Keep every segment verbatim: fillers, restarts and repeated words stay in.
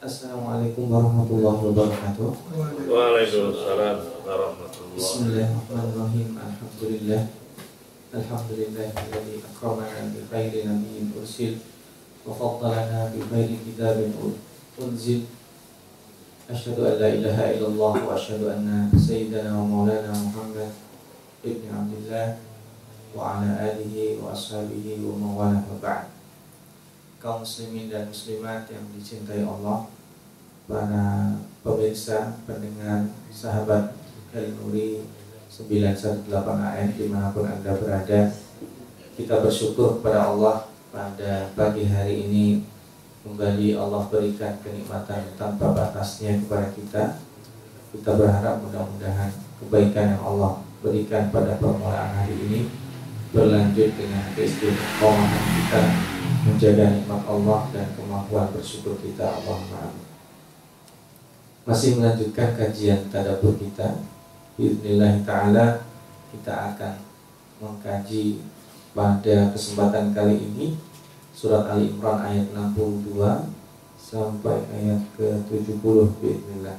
Assalamualaikum warahmatullahi wabarakatuh. Waalaikumsalam warahmatullahi wabarakatuh. Bismillahirrahmanirrahim. Alhamdulillah. Alhamdulillahilladzi akramana bi khairi nabiyyin ursil wa faddalana bi khairi kitabin unzil. Asyhadu an la ilaha illallah wa asyhadu anna sayyidana wa maulana Muhammad ibn Abdullah wa ala alihi wa ashabihi wa mawala wa ba'd. Kaum muslimin dan muslimat yang dicintai Allah, para pemirsa, pendengar, sahabat Al-Nuri sembilan satu delapan A M dimanapun Anda berada, kita bersyukur kepada Allah pada pagi hari ini kembali Allah berikan kenikmatan tanpa batasnya kepada kita. Kita berharap mudah-mudahan kebaikan yang Allah berikan pada permulaan hari ini berlanjut dengan keistiqomahan kita menjaga nikmat Allah dan kemampuan bersyukur kita. Allahumma amin. Masih melanjutkan kajian tadabbur kita. Bismillah ta'ala, kita akan mengkaji pada kesempatan kali ini surat Ali Imran ayat enam puluh dua sampai ayat ke tujuh puluh. Bismillah.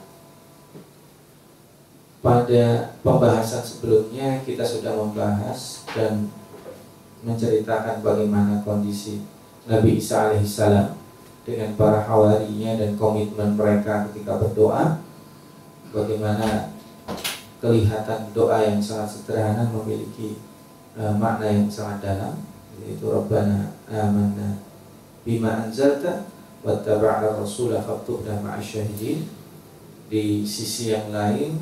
Pada pembahasan sebelumnya kita sudah membahas dan menceritakan bagaimana kondisi Nabi Isa alaihissalam dengan para hawarinya dan komitmen mereka ketika berdoa. Bagaimana kelihatan doa yang sangat sederhana memiliki uh, makna yang sangat dalam, yaitu Rabbana amanna bima anzalta wattaba'na rasulah faktubna ma'asyahidin. Di sisi yang lain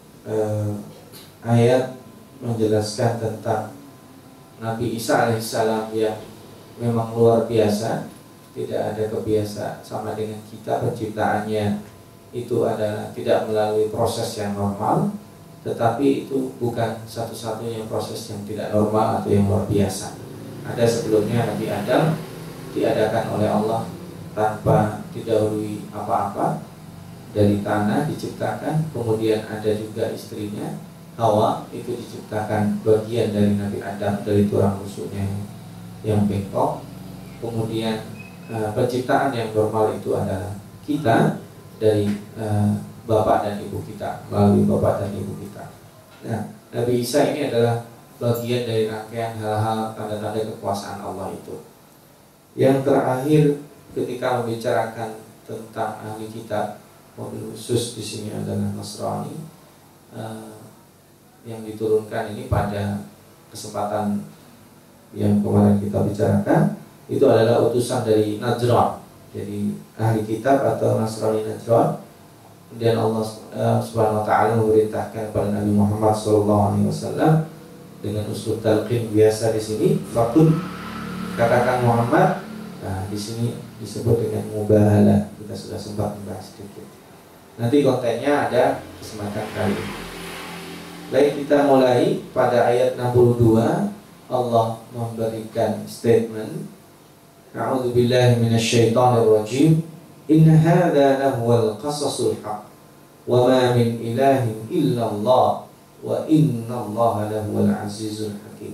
uh, ayat menjelaskan tentang Nabi Isa alaihissalam yang memang luar biasa, tidak ada kebiasaan sama dengan kita. Penciptaannya itu adalah tidak melalui proses yang normal, tetapi itu bukan satu-satunya proses yang tidak normal atau yang luar biasa. Ada sebelumnya Nabi Adam diadakan oleh Allah tanpa didahului apa-apa, dari tanah diciptakan. Kemudian ada juga istrinya Hawa, itu diciptakan bagian dari Nabi Adam, dari tulang rusuknya yang bengkok. Kemudian uh, penciptaan yang normal itu adalah kita dari uh, bapak dan ibu kita, melalui bapak dan ibu kita. Nah, Nabi Isa ini adalah bagian dari rangkaian hal-hal tanda-tanda kekuasaan Allah itu. Yang terakhir ketika membicarakan tentang ahli kitab, mobil khusus di sini adalah Nasrani, uh, yang diturunkan ini pada kesempatan yang kemarin kita bicarakan, itu adalah utusan dari Najran, jadi ahli kitab atau Nasrani Najran. Kemudian Allah uh, Subhanahu Wa Taala memerintahkan kepada Nabi Muhammad Sallallahu Alaihi Wasallam dengan usul talqin biasa di sini, fakun, katakan Muhammad. Nah, di sini disebut dengan mubahalah. Kita sudah sempat membahas sedikit. Nanti kontennya ada kesempatan kali ini. Baik, kita mulai pada ayat enam puluh dua. Allah memberikan statement, A'udzubillahi minasyaitonirrajim, Inna hadza lahuwal qasasul haq, wa ma min ilahin illallah, wa innallaha lahuwal azizul hakim.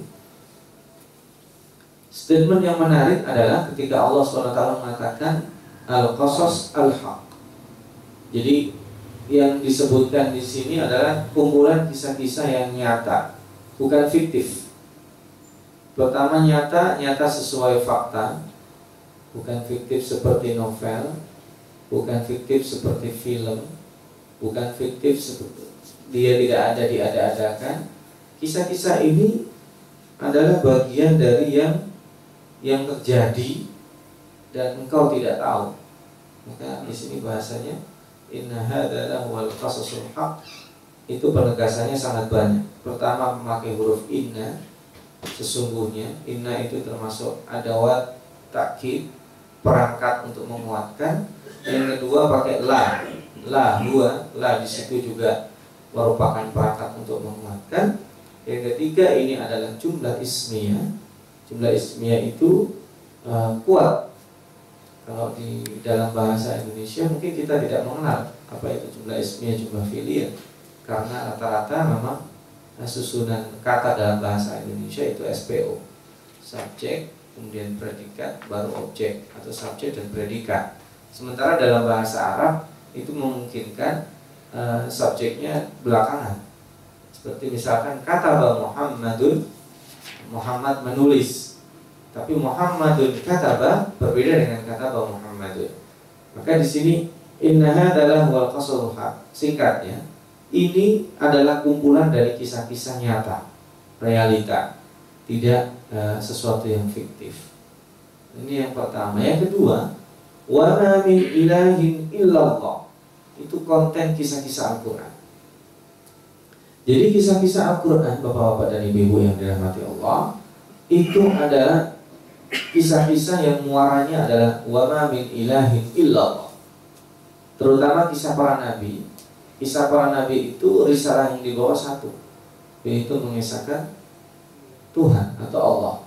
Statement yang menarik adalah ketika Allah subhanahu wa taala mengatakan al-qasas al-haq. Jadi yang disebutkan di sini adalah kumpulan kisah-kisah yang nyata, bukan fiktif. Pertama, nyata, nyata sesuai fakta, bukan fiktif seperti novel, bukan fiktif seperti film, bukan fiktif seperti dia tidak ada diada-adakan. Kisah-kisah ini adalah bagian dari yang yang terjadi dan engkau tidak tahu. Maka di sini bahasanya Inna hadza lahuwal qasasul haq, itu penegasannya sangat banyak. Pertama memakai huruf inna, sesungguhnya. Inna itu termasuk adawat takkid, perangkat untuk menguatkan. Yang kedua pakai la, la huwa, la di situ juga merupakan perangkat untuk menguatkan. Yang ketiga ini adalah jumlah ismiyah. Jumlah ismiyah itu uh, kuat. Kalau di dalam bahasa Indonesia mungkin kita tidak mengenal apa itu jumlah ismiyah, jumlah fi'liyah, karena rata-rata memang susunan kata dalam bahasa Indonesia itu S P O, subjek, kemudian predikat, baru objek, atau subjek dan predikat. Sementara dalam bahasa Arab itu memungkinkan uh, subjeknya belakangan. Seperti misalkan kataba Muhammadun, Muhammad menulis. Tapi Muhammadun kataba berbeda dengan kataba Muhammadun. Maka di sini inna hadalah wal qasul haq. Singkatnya, ini adalah kumpulan dari kisah-kisah nyata, realita, tidak uh, sesuatu yang fiktif. Ini yang pertama. Yang kedua, wa ma min ilahin illallah. Itu konten kisah-kisah Al-Quran. Jadi kisah-kisah Al-Quran, bapak-bapak dan ibu-ibu yang dirahmati Allah, itu adalah kisah-kisah yang muaranya adalah wa ma min ilahin illallah. Terutama kisah para nabi. Kisah para nabi itu risalah yang dibawa satu, yaitu mengisahkan Tuhan atau Allah.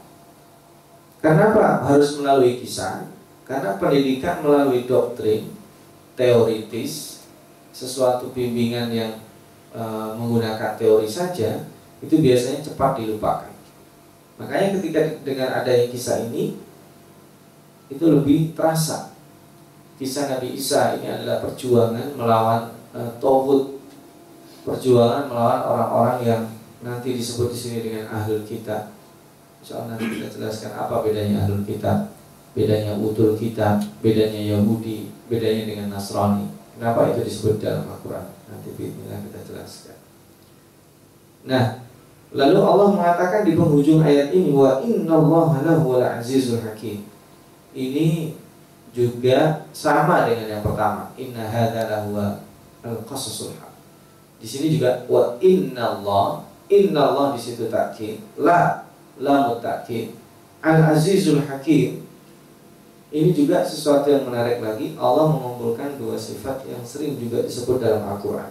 Kenapa harus melalui kisah? Karena pendidikan melalui doktrin teoritis, sesuatu bimbingan yang e, menggunakan teori saja, itu biasanya cepat dilupakan. Makanya ketika dengan adanya kisah ini, itu lebih terasa. Kisah Nabi Isa ini adalah perjuangan melawan e, Tauhid, perjuangan melawan orang-orang yang nanti disebut di sini dengan ahlul kitab. Insyaallah nanti kita jelaskan apa bedanya ahlul kitab, bedanya utul kitab, bedanya Yahudi, bedanya dengan Nasrani. Kenapa itu disebut dalam Al-Quran? Nanti bismillah kita jelaskan. Nah, lalu Allah mengatakan di penghujung ayat ini, wa innallaha lahuwal azizul hakim. Ini juga sama dengan yang pertama, inna hadza lahuwal qasasul haq. Di sini juga wa innallah, innallah di situ takkid, la la mutakkid, al azizul hakim. Ini juga sesuatu yang menarik lagi. Allah mengumpulkan dua sifat yang sering juga disebut dalam Al-Quran.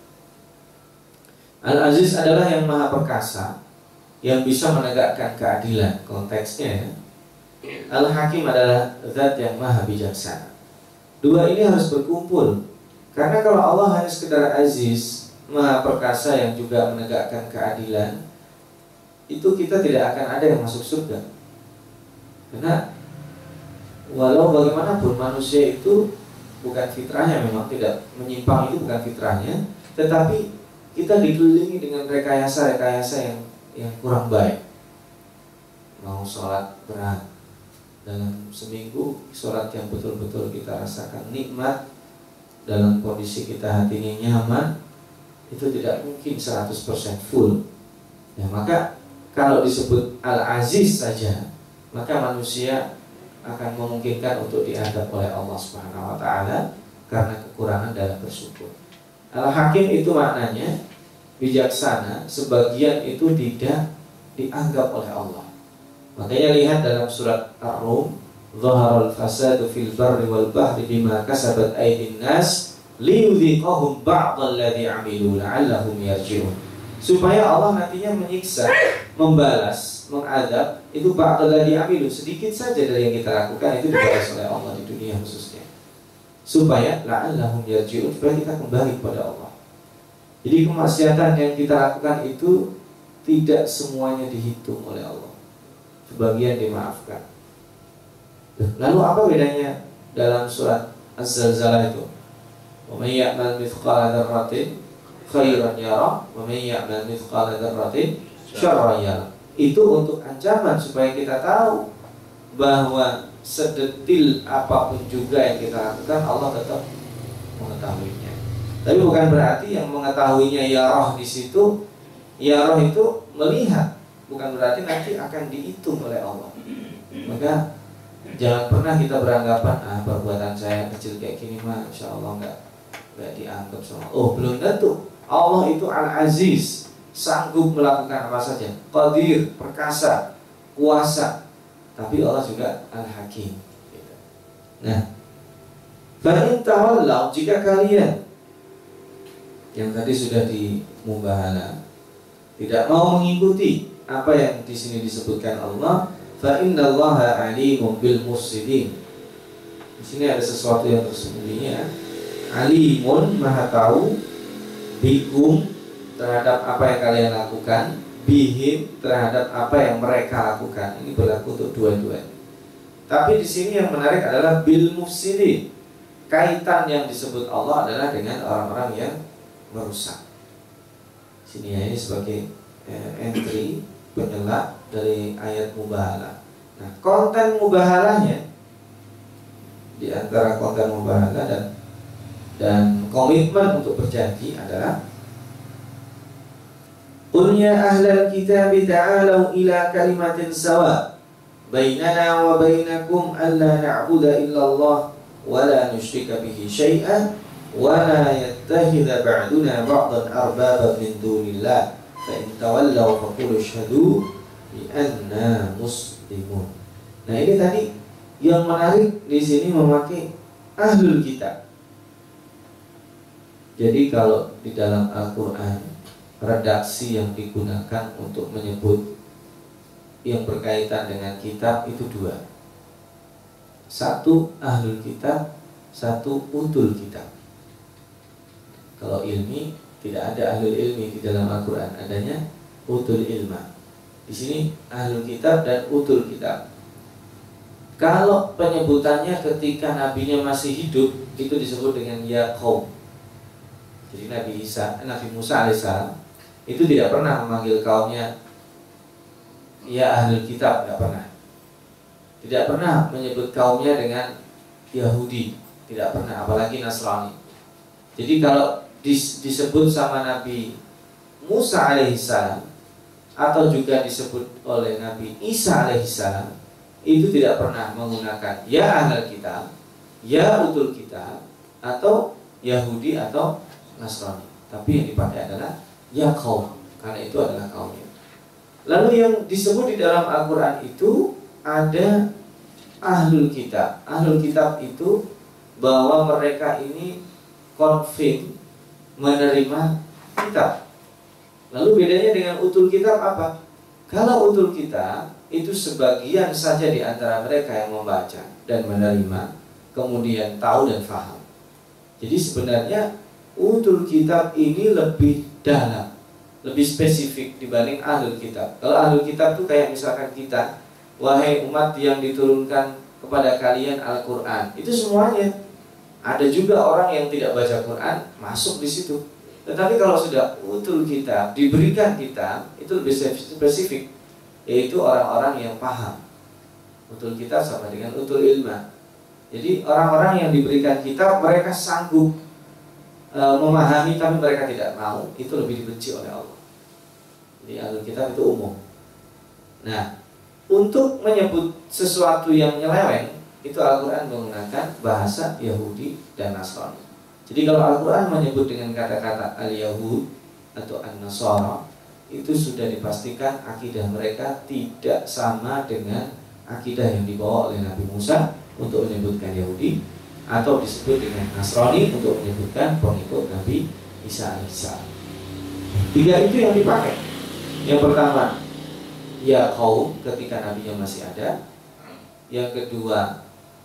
Al-Aziz adalah yang maha perkasa, yang bisa menegakkan keadilan, konteksnya ya. Al-Hakim adalah zat yang maha bijaksana. Dua ini harus berkumpul. Karena kalau Allah hanya sekedar Aziz, maha perkasa yang juga menegakkan keadilan, itu kita tidak akan ada yang masuk surga. Karena walau bagaimanapun manusia itu bukan fitrahnya, memang tidak menyimpang, itu bukan fitrahnya, tetapi kita dikelilingi dengan rekayasa-rekayasa yang yang kurang baik. Mau sholat berat dalam seminggu, sholat yang betul-betul kita rasakan nikmat, dalam kondisi kita hatinya nyaman, itu tidak mungkin seratus persen full. Ya, maka kalau disebut Al-Aziz saja, maka manusia akan memungkinkan untuk diadab oleh Allah Subhanahu wa taala karena kekurangan dalam bersyukur. Al-Hakim itu maknanya bijaksana, sebagian itu tidak dianggap oleh Allah. Makanya lihat dalam surat Ar-Rum, "Dhaharal fasadu fil barri wal bahri bima kasabat aydin nas liyudhiqahum ba'dal ladzi 'amilu la'allahum yarji'un." Supaya Allah nantinya menyiksa, membalas, mengadab itu ba'dal ladzi 'amilu, sedikit saja dari yang kita lakukan itu dibalas oleh Allah di dunia khususnya. Supaya la'allahum yarji'un, supaya kita kembali kepada Allah. Jadi kemaksiatan yang kita lakukan itu tidak semuanya dihitung oleh Allah, sebagian dimaafkan. Lalu apa bedanya dalam surat Az-Zalzalah itu? Wa may ya'mal mithqala dzarratin khairan yarah wa may ya'mal mithqala dzarratin syarran yarah. Itu untuk ancaman supaya kita tahu bahwa sedetil apapun juga yang kita lakukan, Allah tetap mengetahuinya. Tapi bukan berarti yang mengetahuinya yarah di situ, yarah itu melihat, bukan berarti nanti akan dihitung oleh Allah. Maka jangan pernah kita beranggapan, ah perbuatan saya kecil kayak gini mah insya Allah enggak enggak dianggap sama. Oh, belum tentu. Allah itu Al-Aziz, sanggup melakukan apa saja, Qadir, perkasa, kuasa. Tapi Allah juga Al-Hakim. Nah, fa in tawallaw, jika kalian yang tadi sudah di mubahala tidak mau mengikuti apa yang di sini disebutkan Allah, fa innallaha alimun bil mufsidin. Di sini ada sesuatu yang tersembunyi ya. Alimun, maha tahu, bikum, terhadap apa yang kalian lakukan, bihim, terhadap apa yang mereka lakukan. Ini berlaku untuk dua-duanya. Tapi di sini yang menarik adalah bil mufsidin, kaitan yang disebut Allah adalah dengan orang-orang yang merusak. Sini ya, ini sebagai eh, entry penyela dari ayat mubahalah. Nah, konten mubahalahnya di antara konten mubahalah dan dan komitmen untuk berjanji adalah Qul ya ahlal kitab ta'alu ila kalimatin sawa bainana wa bainakum alla na'budu illallah wa la nusyrika bihi syai'an wa la yattakhidha ba'duna ba'dan arbaba min dunillah fa in tawallaw faqulu asyhadu bi anna muslimun. Nah, ini tadi yang menarik di sini memakai ahlul kitab. Jadi kalau di dalam Al-Quran redaksi yang digunakan untuk menyebut yang berkaitan dengan kitab itu dua. Satu ahlul kitab, satu utul kitab. Kalau ilmi tidak ada ahlul ilmi di dalam Al-Quran, adanya utul ilma. Di sini ahlul kitab dan utul kitab. Kalau penyebutannya ketika nabinya masih hidup itu disebut dengan ya qaum. Jadi Nabi Isa, Nabi Musa alaihissalam itu tidak pernah memanggil kaumnya ya ahlul kitab, tidak pernah. Tidak pernah menyebut kaumnya dengan Yahudi, tidak pernah, apalagi Nasrani. Jadi kalau dis, disebut sama Nabi Musa alaihissalam atau juga disebut oleh Nabi Isa alaihissalam, itu tidak pernah menggunakan ya ahlul kitab, ya utul kitab, atau Yahudi atau Nasrani, tapi yang dipakai adalah ya kaum, karena itu adalah kaumnya. Lalu yang disebut di dalam Al-Quran itu ada ahlul kitab. Ahlul kitab itu bahwa mereka ini confirm menerima kitab. Lalu bedanya dengan utul kitab apa? Kalau utul kitab itu sebagian saja di antara mereka yang membaca dan menerima, kemudian tahu dan faham. Jadi sebenarnya utul kitab ini lebih dalam, lebih spesifik dibanding ahlul kitab. Kalau ahlul kitab itu kayak misalkan kita, wahai umat yang diturunkan kepada kalian Al-Quran, itu semuanya. Ada juga orang yang tidak baca Quran masuk di situ. Tetapi kalau sudah utul kitab, diberikan kitab, itu lebih spesifik, yaitu orang-orang yang paham. Utul kitab sama dengan utul ilma. Jadi orang-orang yang diberikan kitab, mereka sanggup memahami tapi mereka tidak mau, itu lebih dibenci oleh Allah. Jadi ahlul kitab itu umum. Nah, untuk menyebut sesuatu yang nyeleweng, itu Al-Quran menggunakan bahasa Yahudi dan Nasrani. Jadi kalau Al-Quran menyebut dengan kata-kata al-Yahud atau an-Nasara, itu sudah dipastikan akidah mereka tidak sama dengan akidah yang dibawa oleh Nabi Musa untuk menyebutkan Yahudi, atau disebut dengan Nasrani untuk menyebutkan pengikut Nabi Isa alaihissalam. Tiga itu yang dipakai. Yang pertama, ya kaum ketika nabinya masih ada. Yang kedua,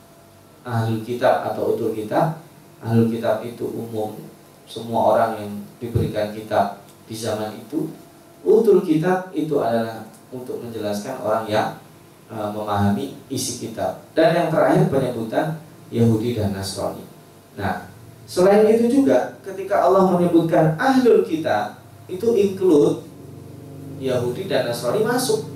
ahlul kitab atau utul kitab. Ahlul kitab itu umum, semua orang yang diberikan kitab di zaman itu. Utul kitab itu adalah untuk menjelaskan orang yang uh, memahami isi kitab. Dan yang terakhir penyebutan Yahudi dan Nasrani. Nah, selain itu juga ketika Allah menyebutkan ahlul kitab, itu include Yahudi dan Nasrani masuk.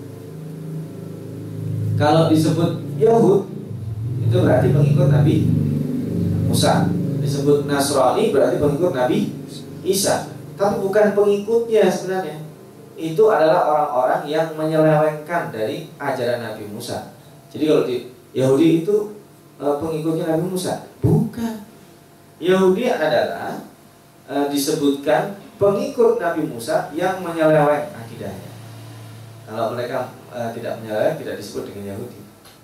Kalau disebut Yahud, itu berarti pengikut Nabi Musa. Disebut Nasrani berarti pengikut Nabi Isa. Tapi bukan pengikutnya sebenarnya. Itu adalah orang-orang yang menyelewengkan dari ajaran Nabi Musa. Jadi kalau di Yahudi itu pengikutnya Nabi Musa? Bukan. Yahudi adalah e, disebutkan pengikut Nabi Musa yang menyeleweng akidahnya. Kalau mereka e, tidak menyeleweng, tidak disebut dengan Yahudi.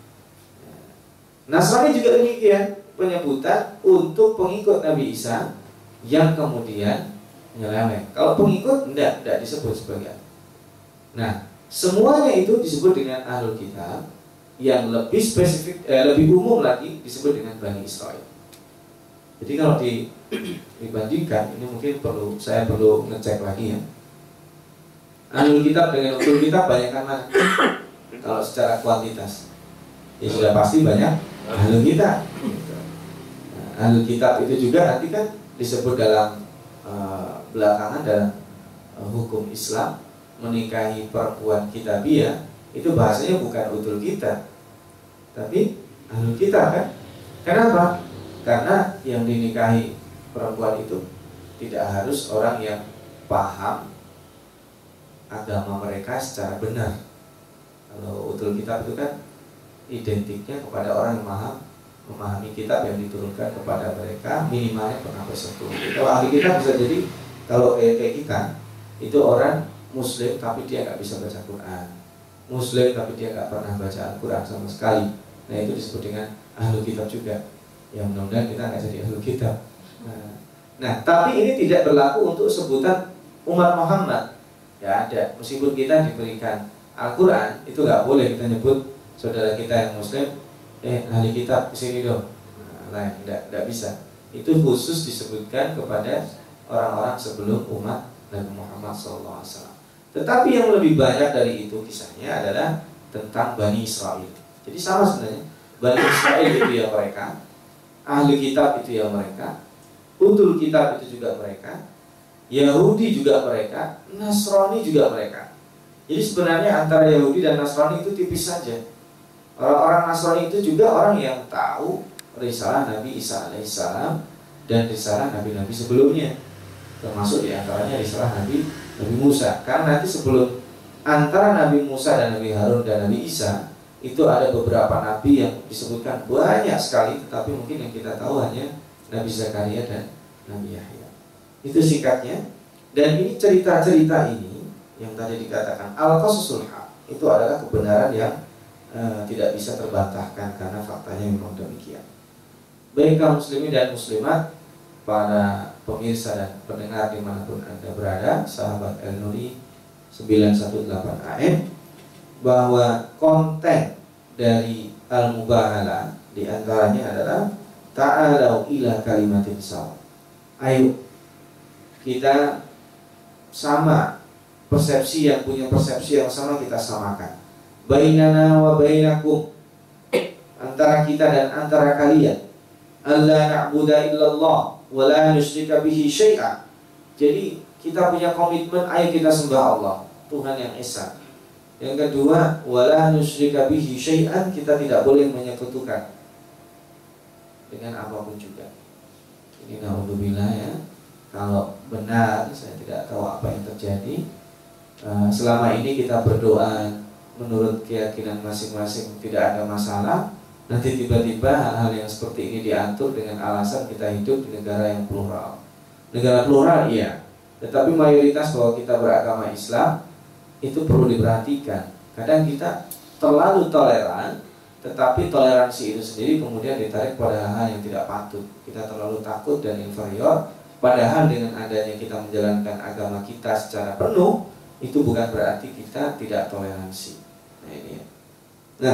Nasrani juga demikian, penyebutan untuk pengikut Nabi Isa yang kemudian menyeleweng. Kalau pengikut tidak, tidak disebut sebagai. Nah, semuanya itu disebut dengan ahlul kitab. Yang lebih spesifik, eh, lebih umum lagi disebut dengan Bani Israel. Jadi kalau di, dibandingkan, ini mungkin perlu saya perlu ngecek lagi ya. Ahlul kitab dengan utul kitab banyak kan mana? Kalau secara kuantitas, ya sudah pasti banyak ahlul kitab. Nah, ahlul kitab itu juga nanti kan disebut dalam uh, belakangan dalam uh, hukum Islam, menikahi perempuan kitabiah itu bahasanya bukan utul kita, tapi ahlul kitab kan. Kenapa? Karena yang dinikahi perempuan itu tidak harus orang yang paham agama mereka secara benar. Kalau utul kitab itu kan identiknya kepada orang yang paham memahami kitab yang diturunkan kepada mereka, minimalnya pernah bersentuh. Kalau ahli kitab bisa jadi, kalau kayak kita itu orang Muslim tapi dia nggak bisa baca Quran, Muslim tapi dia nggak pernah baca Al-Quran sama sekali. Nah itu disebut dengan ahli kitab juga. Ya mudah-mudahan kita nggak jadi ahli kitab. Nah, nah tapi ini tidak berlaku untuk sebutan umat Muhammad. Ya ada, meskipun kita diberikan Al-Quran, itu nggak boleh kita nyebut saudara kita yang Muslim, eh ahli kitab kesini dong. Nah, tidak, tidak bisa. Itu khusus disebutkan kepada orang-orang sebelum umat Nabi Muhammad shallallahu alaihi wasallam. Tetapi yang lebih banyak dari itu kisahnya adalah tentang Bani Israel. Jadi sama sebenarnya. Bani Israel itu ya mereka, ahli kitab itu ya mereka, utul kitab itu juga mereka, Yahudi juga mereka, Nasrani juga mereka. Jadi sebenarnya antara Yahudi dan Nasrani itu tipis saja. Orang-orang Nasrani itu juga orang yang tahu risalah Nabi Isa alaihissalam dan risalah Nabi-Nabi sebelumnya, termasuk diantaranya risalah Nabi Nabi Musa. Karena nanti sebelum antara Nabi Musa dan Nabi Harun dan Nabi Isa itu ada beberapa Nabi yang disebutkan banyak sekali, tetapi mungkin yang kita tahu hanya Nabi Zakaria dan Nabi Yahya. Itu singkatnya. Dan ini cerita-cerita ini yang tadi dikatakan al-qasasul haq, itu adalah kebenaran yang Uh, tidak bisa terbantahkan karena faktanya memang demikian. Baik kaum muslimin dan muslimat, para pemirsa dan pendengar dimanapun anda berada, sahabat El-Nuri sembilan satu delapan A M, bahwa konten dari Al-Mubahalah diantaranya adalah ta'alau ila kalimatin sawa. Ayo kita sama persepsi, yang punya persepsi yang sama kita samakan. Bainana wa bainakum, antara kita dan antara kalian, alla na'budu illallah wa la nusyrika bihi syai'a. Jadi kita punya komitmen, ayo kita sembah Allah, Tuhan yang esa. Yang kedua, wa la nusyrika bihi syai'an, kita tidak boleh menyekutukan dengan apapun juga. Ini naudzubillah ya. Kalau benar, saya tidak tahu apa yang terjadi. Selama ini kita berdoa menurut keyakinan masing-masing, tidak ada masalah. Nanti tiba-tiba hal-hal yang seperti ini diatur dengan alasan kita hidup di negara yang plural. Negara plural iya, tetapi mayoritas bahwa kita beragama Islam itu perlu diperhatikan. Kadang kita terlalu toleran, tetapi toleransi itu sendiri kemudian ditarik pada hal yang tidak patut. Kita terlalu takut dan inferior, padahal dengan adanya kita menjalankan agama kita secara penuh, itu bukan berarti kita tidak toleransi. Nah ini ya. Nah,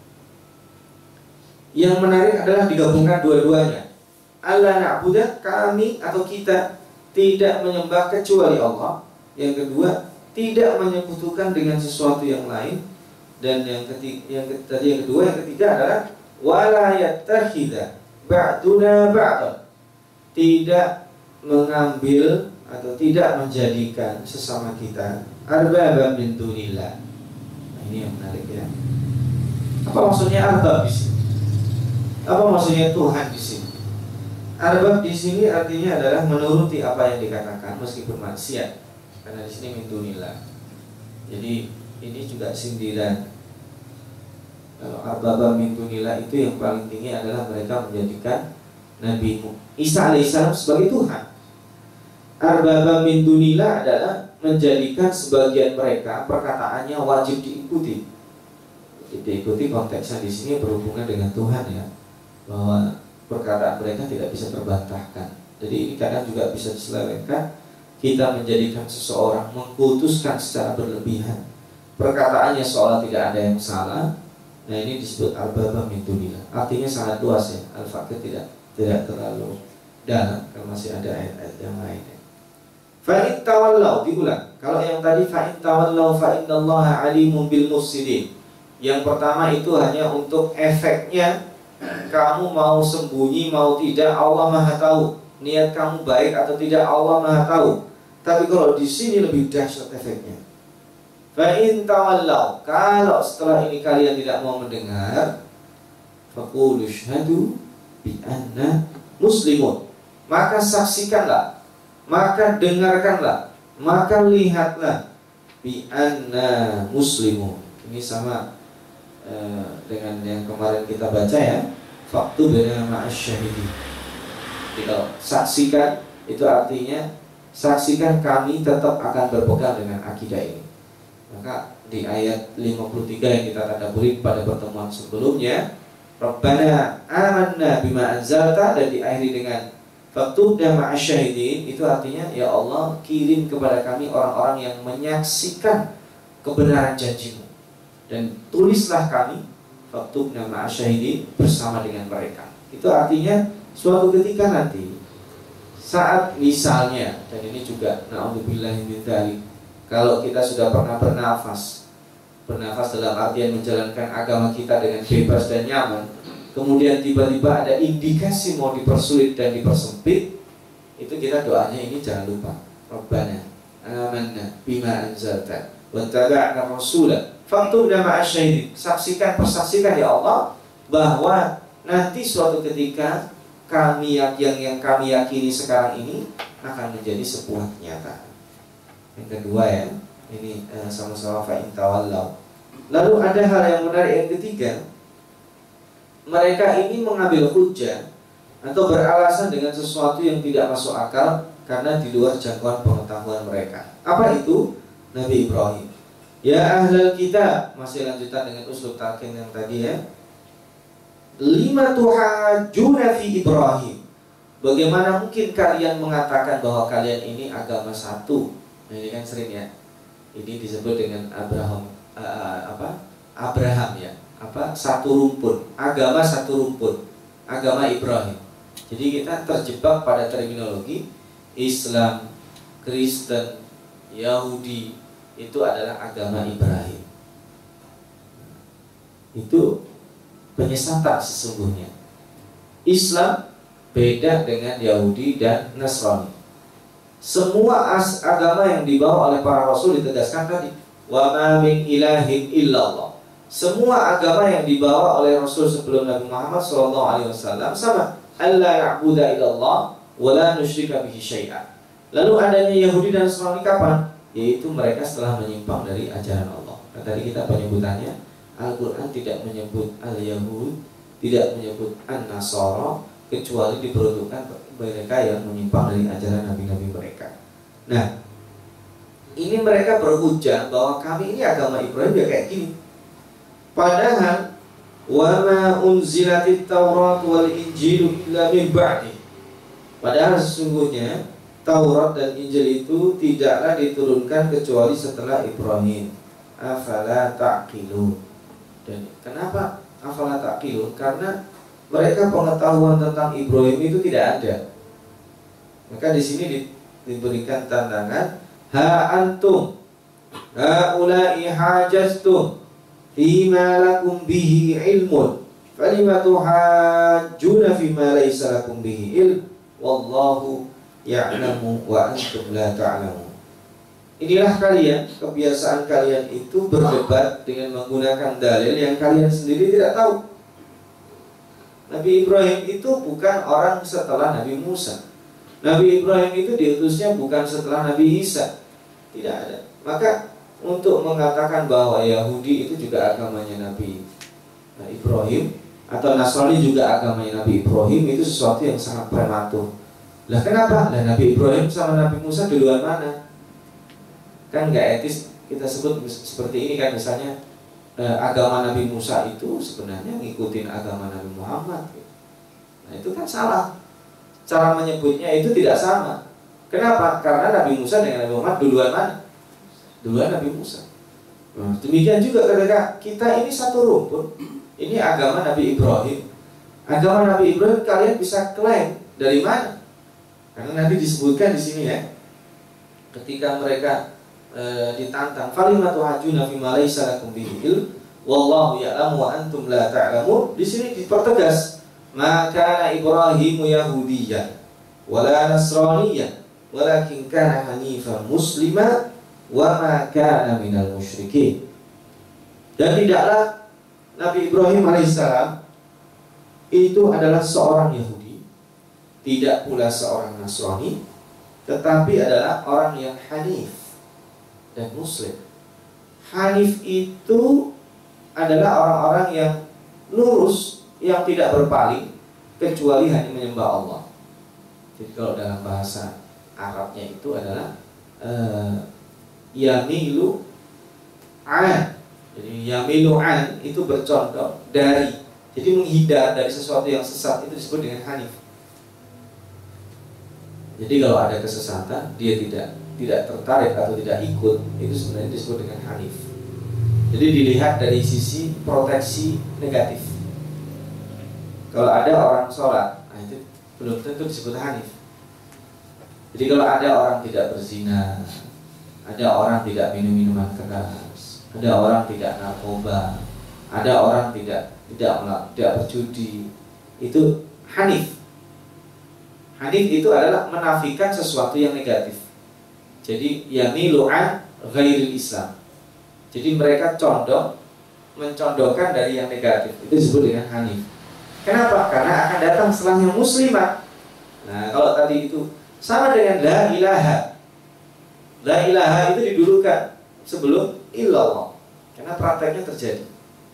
yang menarik adalah digabungkan dua-duanya. Allah na'budu, kami atau kita tidak menyembah kecuali Allah. Yang kedua, tidak menyekutukan dengan sesuatu yang lain. Dan yang ketiga, yang tadi yang kedua, yang ketiga adalah wala yattakhidha ba'duna ba'dan, tidak mengambil atau tidak menjadikan sesama kita arbaba min dunillah. Nah, ini yang menarik ya. Apa maksudnya arbab di sini? Apa maksudnya Tuhan di sini? Arbab di sini artinya adalah menuruti apa yang dikatakan meskipun maksiat. Karena di sini min dunillah. Jadi ini juga sindiran. Kalau arbaba min dunillah itu yang paling tinggi adalah mereka menjadikan Nabi Isa alaihissalam sebagai Tuhan. Arbaba min dunillah adalah menjadikan sebagian mereka perkataannya wajib diikuti. Diikuti konteksnya di sini berhubungan dengan Tuhan ya, bahwa perkataan mereka tidak bisa terbantahkan. Jadi ini kadang juga bisa diselewengkan. Kita menjadikan seseorang, mengkultuskan secara berlebihan, perkataannya seolah tidak ada yang salah. Nah ini disebut arbaba min dunillah. Artinya sangat luas ya. Al-Faqih tidak tidak terlalu dalam, karena masih ada ayat-ayat yang lain. Fa'in tawallau, diulang. Kalau yang tadi fa'in tawallau fa'innallaha alimun bil mufsidin, yang pertama itu hanya untuk efeknya kamu mau sembunyi mau tidak, Allah Maha tahu. Niat kamu baik atau tidak, Allah Maha tahu. Tapi kalau di sini lebih dahsyat efeknya. Fa in tawallau, kalau setelah ini kalian tidak mau mendengar, faqulu syhadu bi anna muslimun, maka saksikanlah, maka dengarkanlah, maka lihatlah bi anna muslimun. Ini sama uh, dengan yang kemarin kita baca ya, faktubna ma'asyahidin. Kalau saksikan itu artinya saksikan kami tetap akan berpegang dengan akidah ini. Maka di ayat lima puluh tiga yang kita tadabburi pada pertemuan sebelumnya, Rabbana amanna bima anzalta, dan diakhiri dengan faktubna ma'asyahidin, itu artinya ya Allah, kirim kepada kami orang-orang yang menyaksikan kebenaran janjimu, dan tulislah kami faktubna ma'asyahidin bersama dengan mereka. Itu artinya suatu ketika nanti, saat misalnya, dan ini juga na'udzubillahi min dzalik, kalau kita sudah pernah bernafas, bernafas dalam artian menjalankan agama kita dengan bebas dan nyaman, kemudian tiba-tiba ada indikasi mau dipersulit dan dipersempit, itu kita doanya ini jangan lupa, Rabbana amanna bima anzalta wattaba'na rasulah faktubna ma'asyahidin. Saksikan, persaksikan ya Allah bahwa nanti suatu ketika kami yang, yang yang kami yakini sekarang ini akan menjadi sebuah kenyataan. Yang kedua ya, ini eh, sama-sama fa'in tawallau. Lalu ada hal yang menarik yang ketiga, mereka ini mengambil hujah atau beralasan dengan sesuatu yang tidak masuk akal karena di luar jangkauan pengetahuan mereka. Apa itu? Nabi Ibrahim. Ya ahlal kitab, masih lanjutan dengan uslub talqin yang tadi ya. Lima tuhajuna fi Ibrahim, bagaimana mungkin kalian mengatakan bahwa kalian ini agama satu? Nah, ini kan sering ya, ini disebut dengan Abraham uh, apa Abraham ya, apa satu rumpun, agama satu rumpun, agama Ibrahim. Jadi kita terjebak pada terminologi Islam, Kristen, Yahudi, itu adalah agama Ibrahim. Itu penyesatan sesungguhnya. Islam beda dengan Yahudi dan Nasrani. Semua as agama yang dibawa oleh para rasul ditegaskan tadi, wa ma min ilahin illallah. Semua agama yang dibawa oleh rasul sebelum Nabi Muhammad shallallahu alaihi wasallam sama, alla ya'budu illallah wa la nusyrika bihi syai'an. Lalu adanya Yahudi dan Nasrani kapan? Yaitu mereka setelah menyimpang dari ajaran Allah. Nah, tadi kita penyebutannya, Al-Quran tidak menyebut Al-Yahud, tidak menyebut An-Nasara, kecuali diperuntukkan mereka yang menyimpang dari ajaran nabi-nabi mereka. Nah, ini mereka berhujah bahwa kami ini agama Ibrahim ya kayak gini. Padahal wa ma unzilatit Taurat wal Injil illa min ba'di. Padahal sesungguhnya Taurat dan Injil itu tidaklah diturunkan kecuali setelah Ibrahim. Afala ta'qilun. Dan kenapa afala ta'qilun? Karena mereka pengetahuan tentang Ibrahim itu tidak ada. Maka di sini di, diberikan tantangan, ha antum haula'i hajastum fima lakum bihi ilmun falima tuhajjuna fima laysa lakum bihi ilm wallahu ya'lamu wa antum la ta'lamun. Inilah kalian, kebiasaan kalian itu berdebat dengan menggunakan dalil yang kalian sendiri tidak tahu. Nabi Ibrahim itu bukan orang setelah Nabi Musa. Nabi Ibrahim itu diutusnya bukan setelah Nabi Isa. Tidak ada. Maka untuk mengatakan bahwa Yahudi itu juga agamanya Nabi Ibrahim, atau Nasrani juga agamanya Nabi Ibrahim, itu sesuatu yang sangat prematur. Lah kenapa? Lah Nabi Ibrahim sama Nabi Musa duluan mana? Kan nggak etis kita sebut seperti ini kan, misalnya eh, agama Nabi Musa itu sebenarnya ngikutin agama Nabi Muhammad. Nah itu kan salah. Cara menyebutnya itu tidak sama. Kenapa? Karena Nabi Musa dengan Nabi Muhammad duluan mana? Duluan Nabi Musa. Nah, demikian juga ketika kita ini satu rumpun. Ini agama Nabi Ibrahim. Agama Nabi Ibrahim kalian bisa klaim dari mana? Karena nanti disebutkan di sini ya. Ketika mereka E, ditantang falimatu hajuna fi ma laysa lakum bihi ilm wallahu ya'lamu wa antum la ta'lamun. Di sini dipertegas, maka Ibrahim Yahudiyyan wala Nasraniyyan walakin kana hanifan muslima wa ma kana minal musyrikin. Dan tidaklah Nabi Ibrahim alaihissalam itu adalah seorang Yahudi, tidak pula seorang Nasrani, tetapi adalah orang yang hanif dan muslim. Hanif itu adalah orang-orang yang lurus, yang tidak berpaling kecuali hanya menyembah Allah. Jadi kalau dalam bahasa Arabnya itu adalah uh, yamilu an. Jadi yamilu an itu bercondong dari, jadi menghindar dari sesuatu yang sesat, itu disebut dengan hanif. Jadi kalau ada kesesatan, dia tidak tidak tertarik atau tidak ikut, itu sebenarnya disebut dengan hanif. Jadi dilihat dari sisi proteksi negatif. Kalau ada orang sholat, nah itu belum tentu disebut hanif. Jadi kalau ada orang tidak berzina, ada orang tidak minum minuman keras, ada orang tidak narkoba, ada orang tidak tidak tidak berjudi, itu hanif. Hanif itu adalah menafikan sesuatu yang negatif. Jadi yamilu an ghairil Islam. Jadi mereka condong, mencondongkan dari yang negatif. Itu disebut dengan hanif. Kenapa? Karena akan datang setelahnya muslimah. Nah, kalau tadi itu sama dengan la ilaha. La ilaha itu didulukan sebelum illallah. Karena prakteknya terjadi.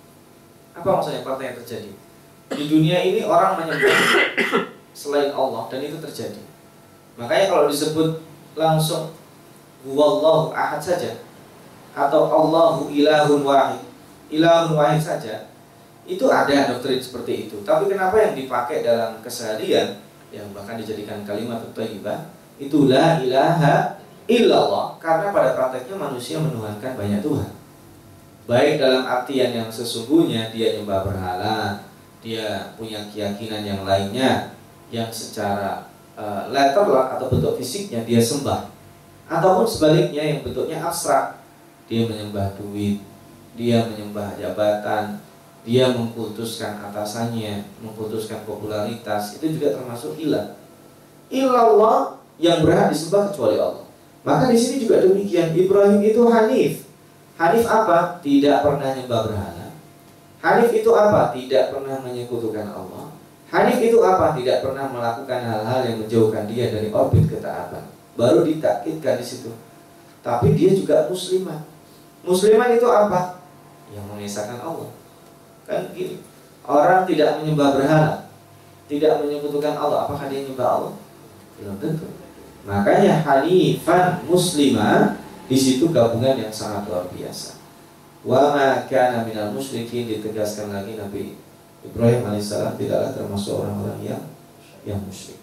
Apa maksudnya prakteknya terjadi? Di dunia ini orang menyembah selain Allah, dan itu terjadi. Makanya kalau disebut langsung huwallahu ahad saja, atau Allahu ilahun wahid, ilahun wahid saja, itu ada doktrin seperti itu. Tapi kenapa yang dipakai dalam keseharian, yang bahkan dijadikan kalimat thayyibah, itu la ilaha illallah? Karena pada prakteknya manusia menuhankan banyak Tuhan. Baik dalam artian yang sesungguhnya dia nyembah berhala, dia punya keyakinan yang lainnya, yang secara uh, letter lah atau bentuk fisiknya dia sembah, ataupun sebaliknya yang bentuknya abstrak, dia menyembah duit, dia menyembah jabatan, dia mengkultuskan atasannya, mengkultuskan popularitas, itu juga termasuk ilah. Illallah yang berhak disembah kecuali Allah. Maka di sini juga demikian. Ibrahim itu hanif. Hanif apa? Tidak pernah nyembah berhala. Hanif itu apa? Tidak pernah menyekutukan Allah. Hanif itu apa? Tidak pernah melakukan hal-hal yang menjauhkan dia dari orbit ketaatan. Baru ditakkidkan di situ. Tapi dia juga muslimah. Musliman itu apa? Yang mengesahkan Allah. Kan gini, orang tidak menyembah berhala, tidak menyekutukan Allah, apakah dia menyembah Allah? Belum tentu. Makanya hanifan muslimah, di situ gabungan yang sangat luar biasa. Wa ma kana minal musyrikin, ditegaskan lagi Nabi Ibrahim alaihissalam tidaklah termasuk orang-orang yang yang musyrik.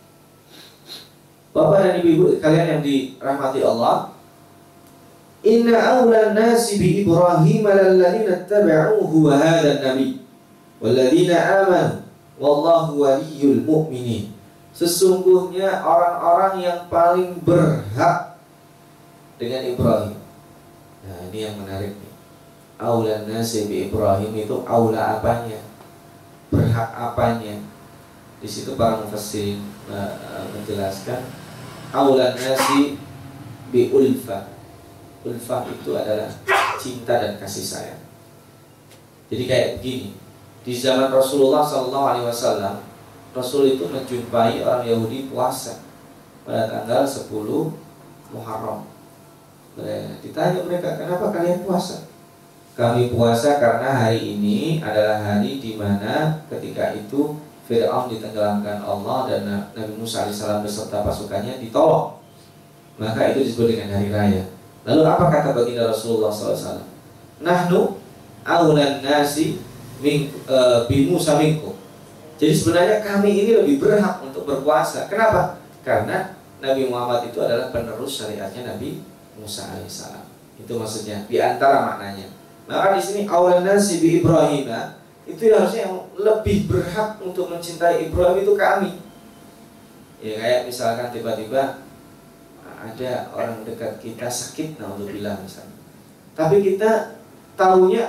Bapak dan ibu kalian yang dirahmati Allah, inna awla nasi bi Ibrahim lalladzina ittaba'uhu wa hadha an-nabi walladzina amanu wallahu waliyyul mu'minin. Sesungguhnya orang-orang yang paling berhak dengan Ibrahim. Nah, ini yang menarik nih. Awla nasi bi Ibrahim itu aula apanya? Berhak apanya? Di situ para mufassirin uh, menjelaskan awla nasi bi ulfa. Ulfah itu adalah cinta dan kasih sayang. Jadi kayak begini, di zaman Rasulullah shallallahu alaihi wasallam, Rasul itu menjumpai orang Yahudi puasa pada tanggal sepuluh Muharram. Ditanya mereka, kenapa kalian puasa? Kami puasa karena hari ini adalah hari di mana ketika itu Fir'aun ditenggelamkan Allah dan Nabi Musa alaihissalam beserta pasukannya ditolong. Maka itu disebut dengan hari raya. Lalu apa kata baginda Rasulullah shallallahu alaihi wasallam? Nahnu awlan nasi min uh, bi Musa minkum. Jadi sebenarnya kami ini lebih berhak untuk berpuasa. Kenapa? Karena Nabi Muhammad itu adalah penerus syariatnya Nabi Musa alaihissalam. Itu maksudnya, di antara maknanya. Maka di sini awlan nasi bi Ibrahim, itu harusnya yang lebih berhak untuk mencintai Ibrahim itu kami. Ya kayak misalkan tiba-tiba ada orang dekat kita sakit, naudzubillah misalnya, tapi kita tahunya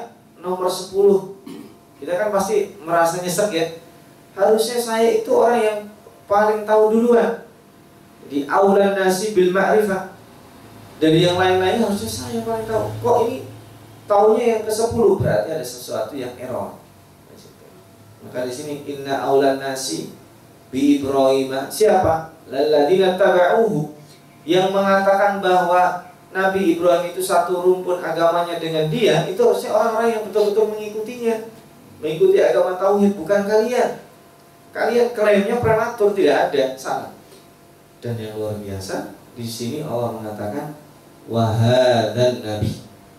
nomor sepuluh. Kita kan pasti merasa nyesek ya. Harusnya saya itu orang yang paling tahu duluan. Jadi aulan nasi bil ma'rifah. Dari yang lain-lain harusnya saya paling tahu. Kok ini taunya yang ke sepuluh, berarti ada sesuatu yang error. Maka di sini inna aulan nasi bi Ibrahim, siapa? Lalladzina taba'uhu, yang mengatakan bahwa Nabi Ibrahim itu satu rumpun agamanya dengan dia, itu harusnya orang-orang yang betul-betul mengikutinya, mengikuti agama tauhid, bukan kalian. Kalian klaimnya prematur, tidak ada, salah. Dan yang luar biasa, di sini Allah mengatakan wahadzan nabi.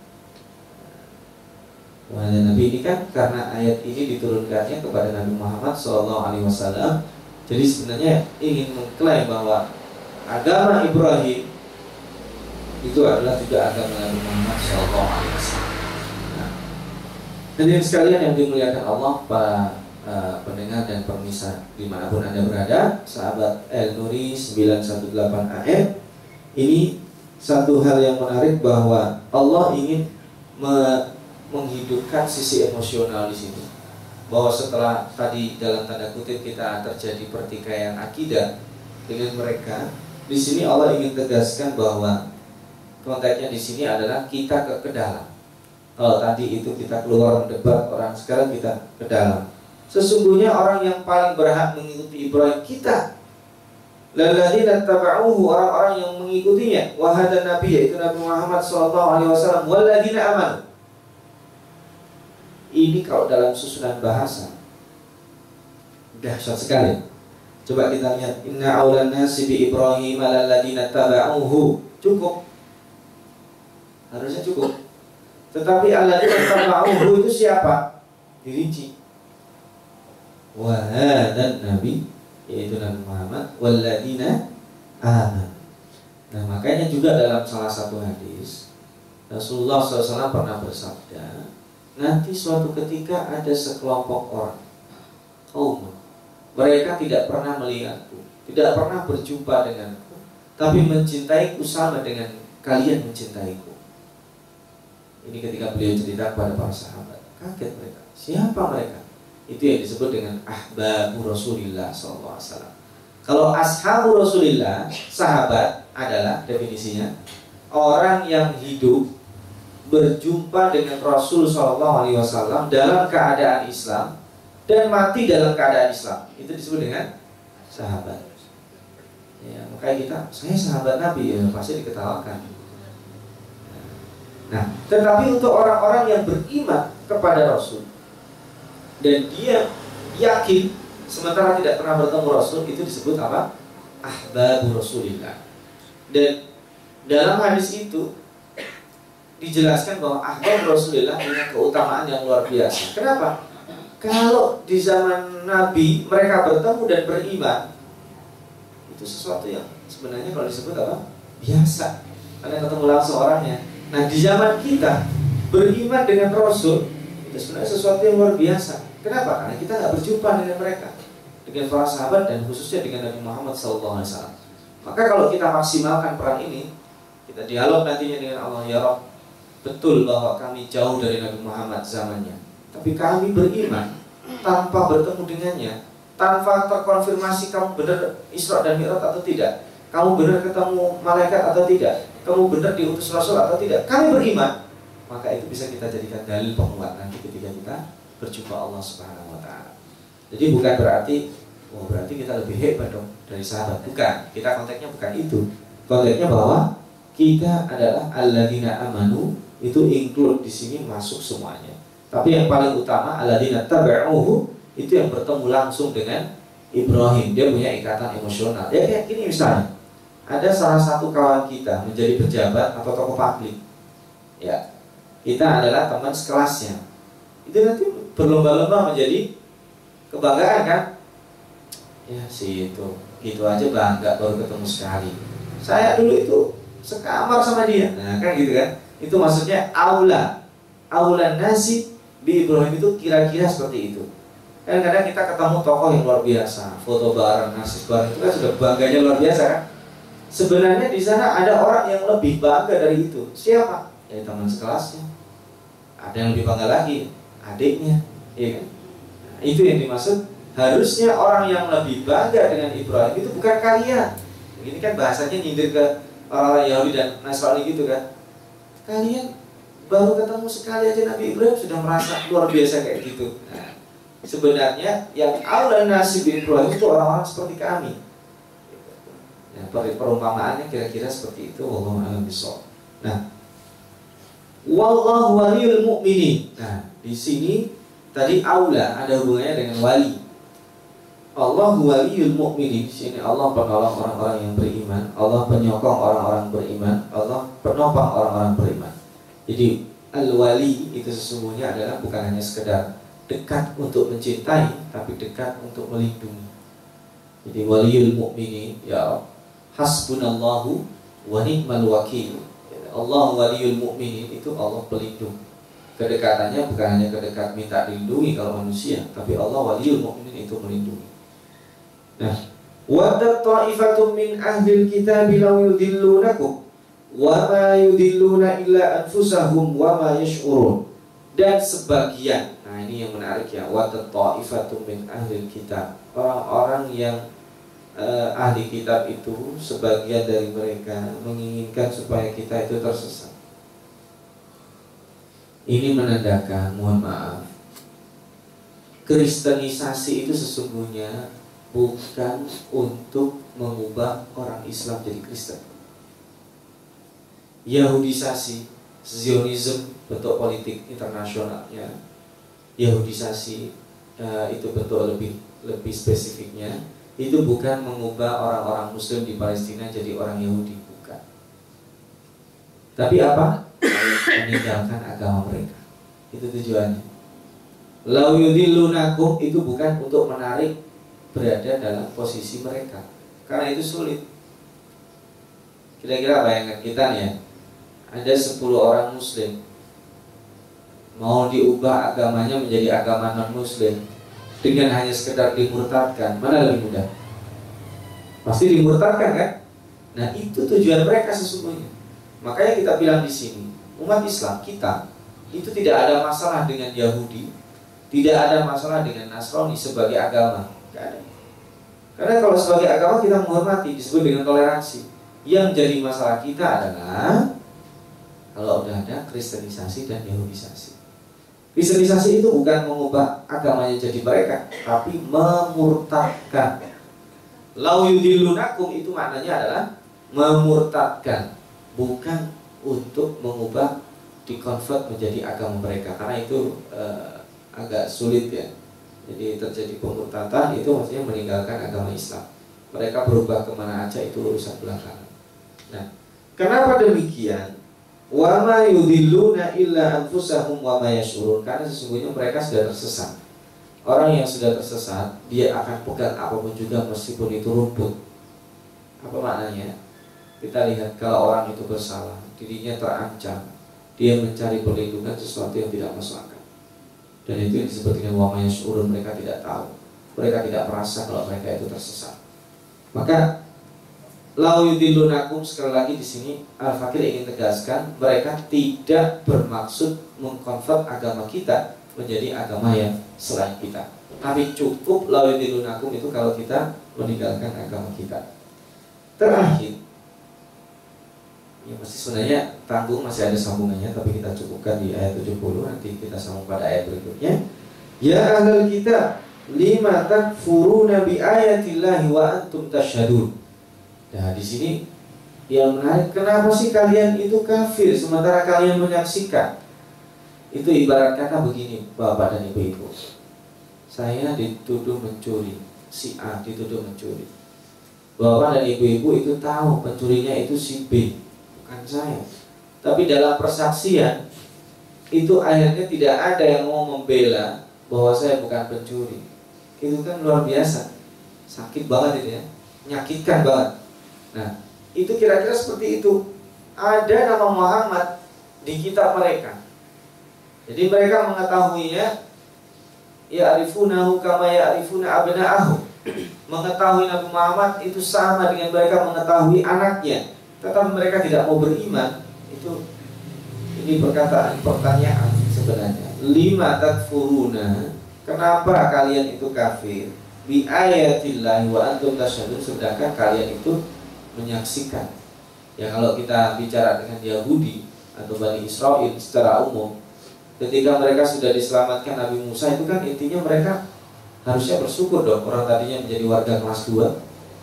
Wahadzan nabi ini kan karena ayat ini diturunkannya kepada Nabi Muhammad shallallahu alaihi wasallam. Jadi sebenarnya ingin mengklaim bahwa agama Ibrahim itu adalah juga agama Nabi Muhammad shallallahu alaihi wasallam. Nah, hadirin sekalian yang dimuliakan Allah, para uh, pendengar dan pemirsa dimanapun Anda berada, sahabat El-Nuri sembilan satu delapan A M, ini satu hal yang menarik bahwa Allah ingin me menghidupkan sisi emosional di sini. Bahwa setelah tadi dalam tanda kutip kita terjadi pertikaian akidah dengan mereka, di sini Allah ingin tegaskan bahwa konteksnya di sini adalah kita ke, ke dalam. Kalau tadi itu kita keluar mendebat orang, sekarang kita ke dalam. Sesungguhnya orang yang paling berhak mengikuti Ibrahim kita. Lalladzina taba'uhu, orang-orang yang mengikutinya. Wahadan Nabi, yaitu Nabi Muhammad shallallahu alaihi wasallam. Walladzina amanu. Ini kalau dalam susunan bahasa dahsyat sekali. Coba kita lihat, inna aulan nasi bi Ibrahim lalladzina taba'uhu. Cukup. Harusnya cukup. Tetapi alladzina taba'uhu itu siapa? Dirinci. Wahadan Nabi, yaitu Nabi Muhammad, walladzina aman. Nah, makanya juga dalam salah satu hadis Rasulullah shallallahu alaihi wasallam pernah bersabda, nanti suatu ketika ada sekelompok orang, kaum, mereka tidak pernah melihatku, tidak pernah berjumpa denganku, tapi mencintaiku sama dengan kalian mencintaiku. Ini ketika beliau cerita kepada para sahabat, kaget mereka. Siapa mereka? Itu yang disebut dengan ahbabu Rasulillah shallallahu alaihi wasallam. Kalau ashabu Rasulillah, sahabat adalah definisinya orang yang hidup berjumpa dengan Rasul shallallahu alaihi wasallam dalam keadaan Islam dan mati dalam keadaan Islam. Itu disebut dengan sahabat. Ya, makanya kita, saya sahabat Nabi, ya pasti diketawakan. Nah, tetapi untuk orang-orang yang beriman kepada Rasul dan dia yakin sementara tidak pernah bertemu Rasul, itu disebut apa? Ahbabu Rasulillah. Dan dalam hadis itu dijelaskan bahwa ahbab Rasulullah punya keutamaan yang luar biasa. Kenapa? Kalau di zaman Nabi mereka bertemu dan beriman, itu sesuatu yang sebenarnya kalau disebut apa? Biasa. Karena ketemu langsung orangnya. Nah, di zaman kita beriman dengan Rasul itu sebenarnya sesuatu yang luar biasa. Kenapa? Karena kita nggak berjumpa dengan mereka, dengan para sahabat dan khususnya dengan Nabi Muhammad shallallahu alaihi wasallam. Maka kalau kita maksimalkan peran ini, kita dialog nantinya dengan Allah, ya Rabb, betul bahwa kami jauh dari Nabi Muhammad zamannya, tapi kami beriman tanpa bertemu dengannya, tanpa terkonfirmasi kamu benar Isra dan Mi'raj atau tidak, kamu benar ketemu malaikat atau tidak, kamu benar diutus Rasul atau tidak, kami beriman. Maka itu bisa kita jadikan dalil penguat nanti ketika kita berjumpa Allah Subhanahu wa taala. Jadi bukan berarti oh berarti kita lebih hebat dong dari sahabat, bukan. Kita konteksnya bukan itu. Konteksnya bahwa kita adalah alladzina amanu, itu include di sini masuk semuanya. Tapi yang paling utama alladzina taba'uhu, itu yang bertemu langsung dengan Ibrahim. Dia punya ikatan emosional. Ya kayak gini misalnya, ada salah satu kawan kita menjadi pejabat atau tokoh publik. Ya, kita adalah teman sekelasnya. Itu nanti berlomba-lomba menjadi kebanggaan kan? Ya sih itu, gitu aja bangga baru ketemu sekali. Saya dulu itu sekamar sama dia. Nah kan gitu kan. Itu maksudnya aula aula nasi bi Ibrahim, itu kira-kira seperti itu. Kadang-kadang kita ketemu tokoh yang luar biasa, foto bareng, narsis bareng, itu kan sudah bangganya luar biasa kan. Sebenarnya di sana ada orang yang lebih bangga dari itu. Siapa? Ya teman sekelasnya. Ada yang lebih bangga lagi, adiknya, ya kan? Nah, itu yang dimaksud. Harusnya orang yang lebih bangga dengan Ibrahim itu bukan kalian. Ini kan bahasanya nyindir ke orang-orang Yahudi dan Nasrani gitu kan. Kalian baru ketemu sekali aja Nabi Ibrahim sudah merasa luar biasa kayak gitu. Nah, sebenarnya yang Allah nasib Ibrahim itu orang-orang seperti kami. Ya, perumpamaannya kira-kira seperti itu. Wallahu a'lam bishawab. Nah, wallahu waliyul mu'minin. Nah, di sini tadi aula ada hubungannya dengan wali. Allah waliyul mu'minin. Sini Allah penolong orang-orang yang beriman, Allah penyokong orang-orang beriman, Allah penopang orang-orang beriman. Jadi al-wali itu sesungguhnya adalah bukan hanya sekedar dekat untuk mencintai, tapi dekat untuk melindungi. Jadi waliyul mu'minin, ya hasbunallahu wa ni'mal wakil. Allah waliyul mu'minin itu Allah pelindung. Kedekatannya bukan hanya kedekat minta dilindungi kalau manusia, tapi Allah waliyul mu'minin itu melindungi. Nah, waddat ta'ifatum min ahlil kitabi law yudillunakum wa ma yudilluna illa anfusahum wa ma yash'urun. Dan sebagian, nah ini yang menarik ya, waddat ta'ifatum min ahlil kitab, orang-orang yang uh, ahli kitab itu sebagian dari mereka menginginkan supaya kita itu tersesat. Ini menandakan, mohon maaf, kristenisasi itu sesungguhnya bukan untuk mengubah orang Islam jadi Kristen. Yahudisasi, Zionism bentuk politik internasionalnya, Yahudisasi uh, itu bentuk lebih lebih spesifiknya, itu bukan mengubah orang-orang Muslim di Palestina jadi orang Yahudi, bukan. Tapi apa? Meninggalkan agama mereka. Itu tujuannya. Lau yudillunakum itu bukan untuk menarik berada dalam posisi mereka, karena itu sulit. Kira-kira bayangan kita nih ya, ada sepuluh orang Muslim mau diubah agamanya menjadi agama non-Muslim dengan hanya sekedar dimurtadkan, mana lebih mudah? Pasti dimurtadkan kan? Nah itu tujuan mereka sesungguhnya. Makanya kita bilang di sini, umat Islam kita itu tidak ada masalah dengan Yahudi, tidak ada masalah dengan Nasrani sebagai agama. Ada. Karena kalau sebagai agama kita menghormati, disebut dengan toleransi. Yang jadi masalah kita adalah kalau udah ada kristenisasi dan yahudisasi. Kristenisasi itu bukan mengubah agamanya jadi mereka, tapi memurtadkan. Lau yudillunakum itu maknanya adalah memurtadkan, bukan untuk mengubah, dikonvert menjadi agama mereka. Karena itu eh, agak sulit ya. Jadi terjadi pemurtadan itu maksudnya meninggalkan agama Islam. Mereka berubah kemana aja itu urusan belakangan. Nah, kenapa demikian? Wa ma yudilluna illa anfusahum wa ma yash'urun. Karena sesungguhnya mereka sudah tersesat. Orang yang sudah tersesat, dia akan pegang apapun juga meskipun itu rumput. Apa maknanya? Kita lihat kalau orang itu bersalah, dirinya terancam, dia mencari perlindungan sesuatu yang tidak masuk akal. Dan itu yang disebut dengan wa ma yash'urun, mereka tidak tahu, mereka tidak merasa kalau mereka itu tersesat. Maka lau yudillunakum, sekali lagi di sini Al-Fakir ingin tegaskan, mereka tidak bermaksud mengkonvert agama kita menjadi agama yang selain kita. Tapi cukup lau yudillunakum itu kalau kita meninggalkan agama kita. Terakhir, ya masih sebenarnya tanggung, masih ada sambungannya, tapi kita cukupkan di ayat tujuh puluh, nanti kita sambung pada ayat berikutnya. Ya ahlul kitab, lima takfuruna bi ayatillahi wa antum tasyhadun. Nah, di sini yang menarik, kenapa sih kalian itu kafir sementara kalian menyaksikan? Itu ibarat kata begini, Bapak dan Ibu-ibu. Saya dituduh mencuri, si A dituduh mencuri. Bapak dan Ibu-ibu itu tahu pencurinya itu si B, bukan saya. Tapi dalam persaksian itu akhirnya tidak ada yang mau membela bahwa saya bukan pencuri. Itu kan luar biasa, sakit banget itu ya, menyakitkan banget. Nah, itu kira-kira seperti itu. Ada nama Muhammad di kitab mereka. Jadi mereka mengetahuinya, ya'rifunahu kama ya'rifuna abna'ahum. Mengetahui Nabi Muhammad itu sama dengan mereka mengetahui anaknya. Tetapi mereka tidak mau beriman. Itu ini perkataan, pertanyaan sebenarnya. Lima takfuruna, kenapa kalian itu kafir? Bi ayatillahi wa antum tasyhadun, sedangkan kalian itu menyaksikan. Ya kalau kita bicara dengan Yahudi atau Bani Israel secara umum, ketika mereka sudah diselamatkan Nabi Musa, itu kan intinya mereka harusnya bersyukur dong. Orang tadinya menjadi warga kelas dua,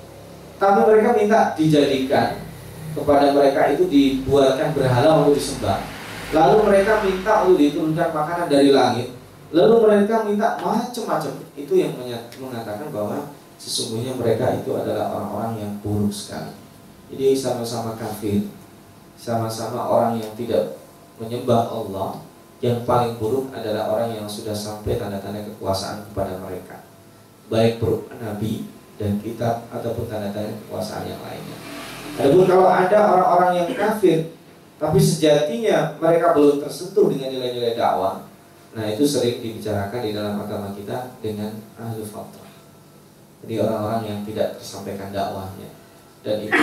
tapi mereka minta dijadikan kepada mereka itu dibuatkan berhala untuk disembah. Lalu mereka minta untuk diturunkan makanan dari langit. Lalu mereka minta macam-macam. Itu yang mengatakan bahwa sesungguhnya mereka itu adalah orang-orang yang buruk sekali. Jadi sama-sama kafir, sama-sama orang yang tidak menyembah Allah. Yang paling buruk adalah orang yang sudah sampai tanda-tanda kekuasaan kepada mereka, baik berupa nabi dan kitab ataupun tanda-tanda kekuasaan yang lainnya. Adapun kalau ada orang-orang yang kafir tapi sejatinya mereka belum tersentuh dengan nilai-nilai dakwah, nah itu sering dibicarakan di dalam agama kita dengan ahlu fatrah. Jadi orang-orang yang tidak tersampaikan dakwahnya, dan itu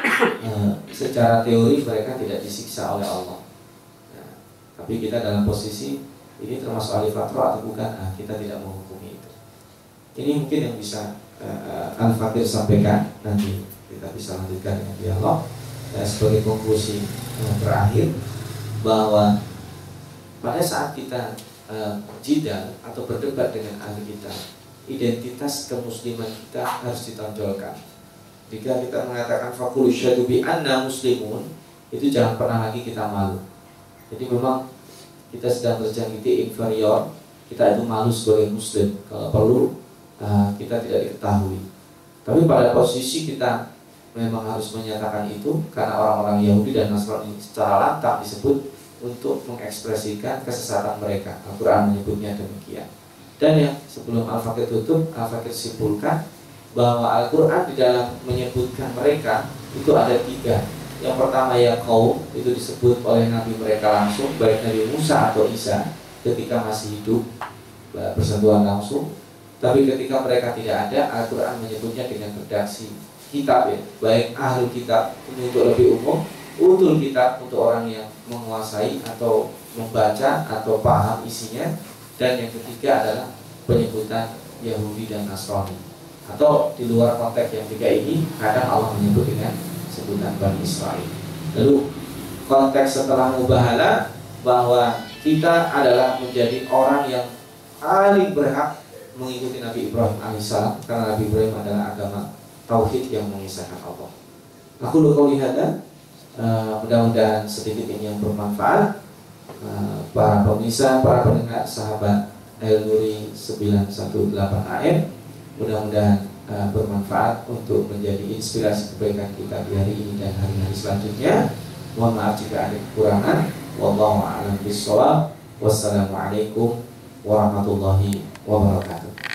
eh, secara teori mereka tidak disiksa oleh Allah. Nah, tapi kita dalam posisi ini termasuk ahli fatrah atau bukan? Nah, kita tidak menghukumi itu. Ini mungkin yang bisa eh, Al-Fakir sampaikan, nanti kita bisa lanjutkan dengan dialog. Nah, sebagai konklusi eh, terakhir, bahwa pada saat kita eh, jidal atau berdebat dengan ahli kita, identitas kemusliman kita harus ditonjolkan. Jika kita mengatakan faqul syahadu bi anna muslimun, itu jangan pernah lagi kita malu. Jadi memang kita sedang terjangkiti inferior, kita itu malu sebagai muslim. Kalau perlu uh, kita tidak diketahui. Tapi pada posisi kita memang harus menyatakan itu, karena orang-orang Yahudi dan Nasrani secara lantang disebut untuk mengekspresikan kesesatan mereka. Al-Quran menyebutnya demikian. Dan yang sebelum Al-Fakir tutup, Al-Fakir simpulkan bahwa Al-Quran di dalam menyebutkan mereka itu ada tiga. Yang pertama ya kaum, itu disebut oleh Nabi mereka langsung, baik Nabi Musa atau Isa ketika masih hidup bersentuhan langsung. Tapi ketika mereka tidak ada, Al-Quran menyebutnya dengan redaksi kitab ya, baik ahli kitab ini untuk lebih umum, utul kitab untuk orang yang menguasai atau membaca atau paham isinya, dan yang ketiga adalah penyebutan Yahudi dan Nasrani. Atau di luar konteks yang tiga ini, kadang Allah menyebut dengan sebutan Bani Israel. Lalu konteks setelah mubahalah, bahwa kita adalah menjadi orang yang paling berhak mengikuti Nabi Ibrahim alaihissalam, karena Nabi Ibrahim adalah agama tauhid yang mengisahkan Allah. Aku lu kau lihat, uh, mudah-mudahan sedikit ini yang bermanfaat. Uh, para pemirsa, para pendengar, sahabat El-Nuri sembilan satu delapan A M, mudah-mudahan uh, bermanfaat untuk menjadi inspirasi kebaikan kita di hari ini dan hari-hari selanjutnya. Mohon maaf jika ada kekurangan. Wallahu a'lam bishawab. Wassalamualaikum warahmatullahi wabarakatuh.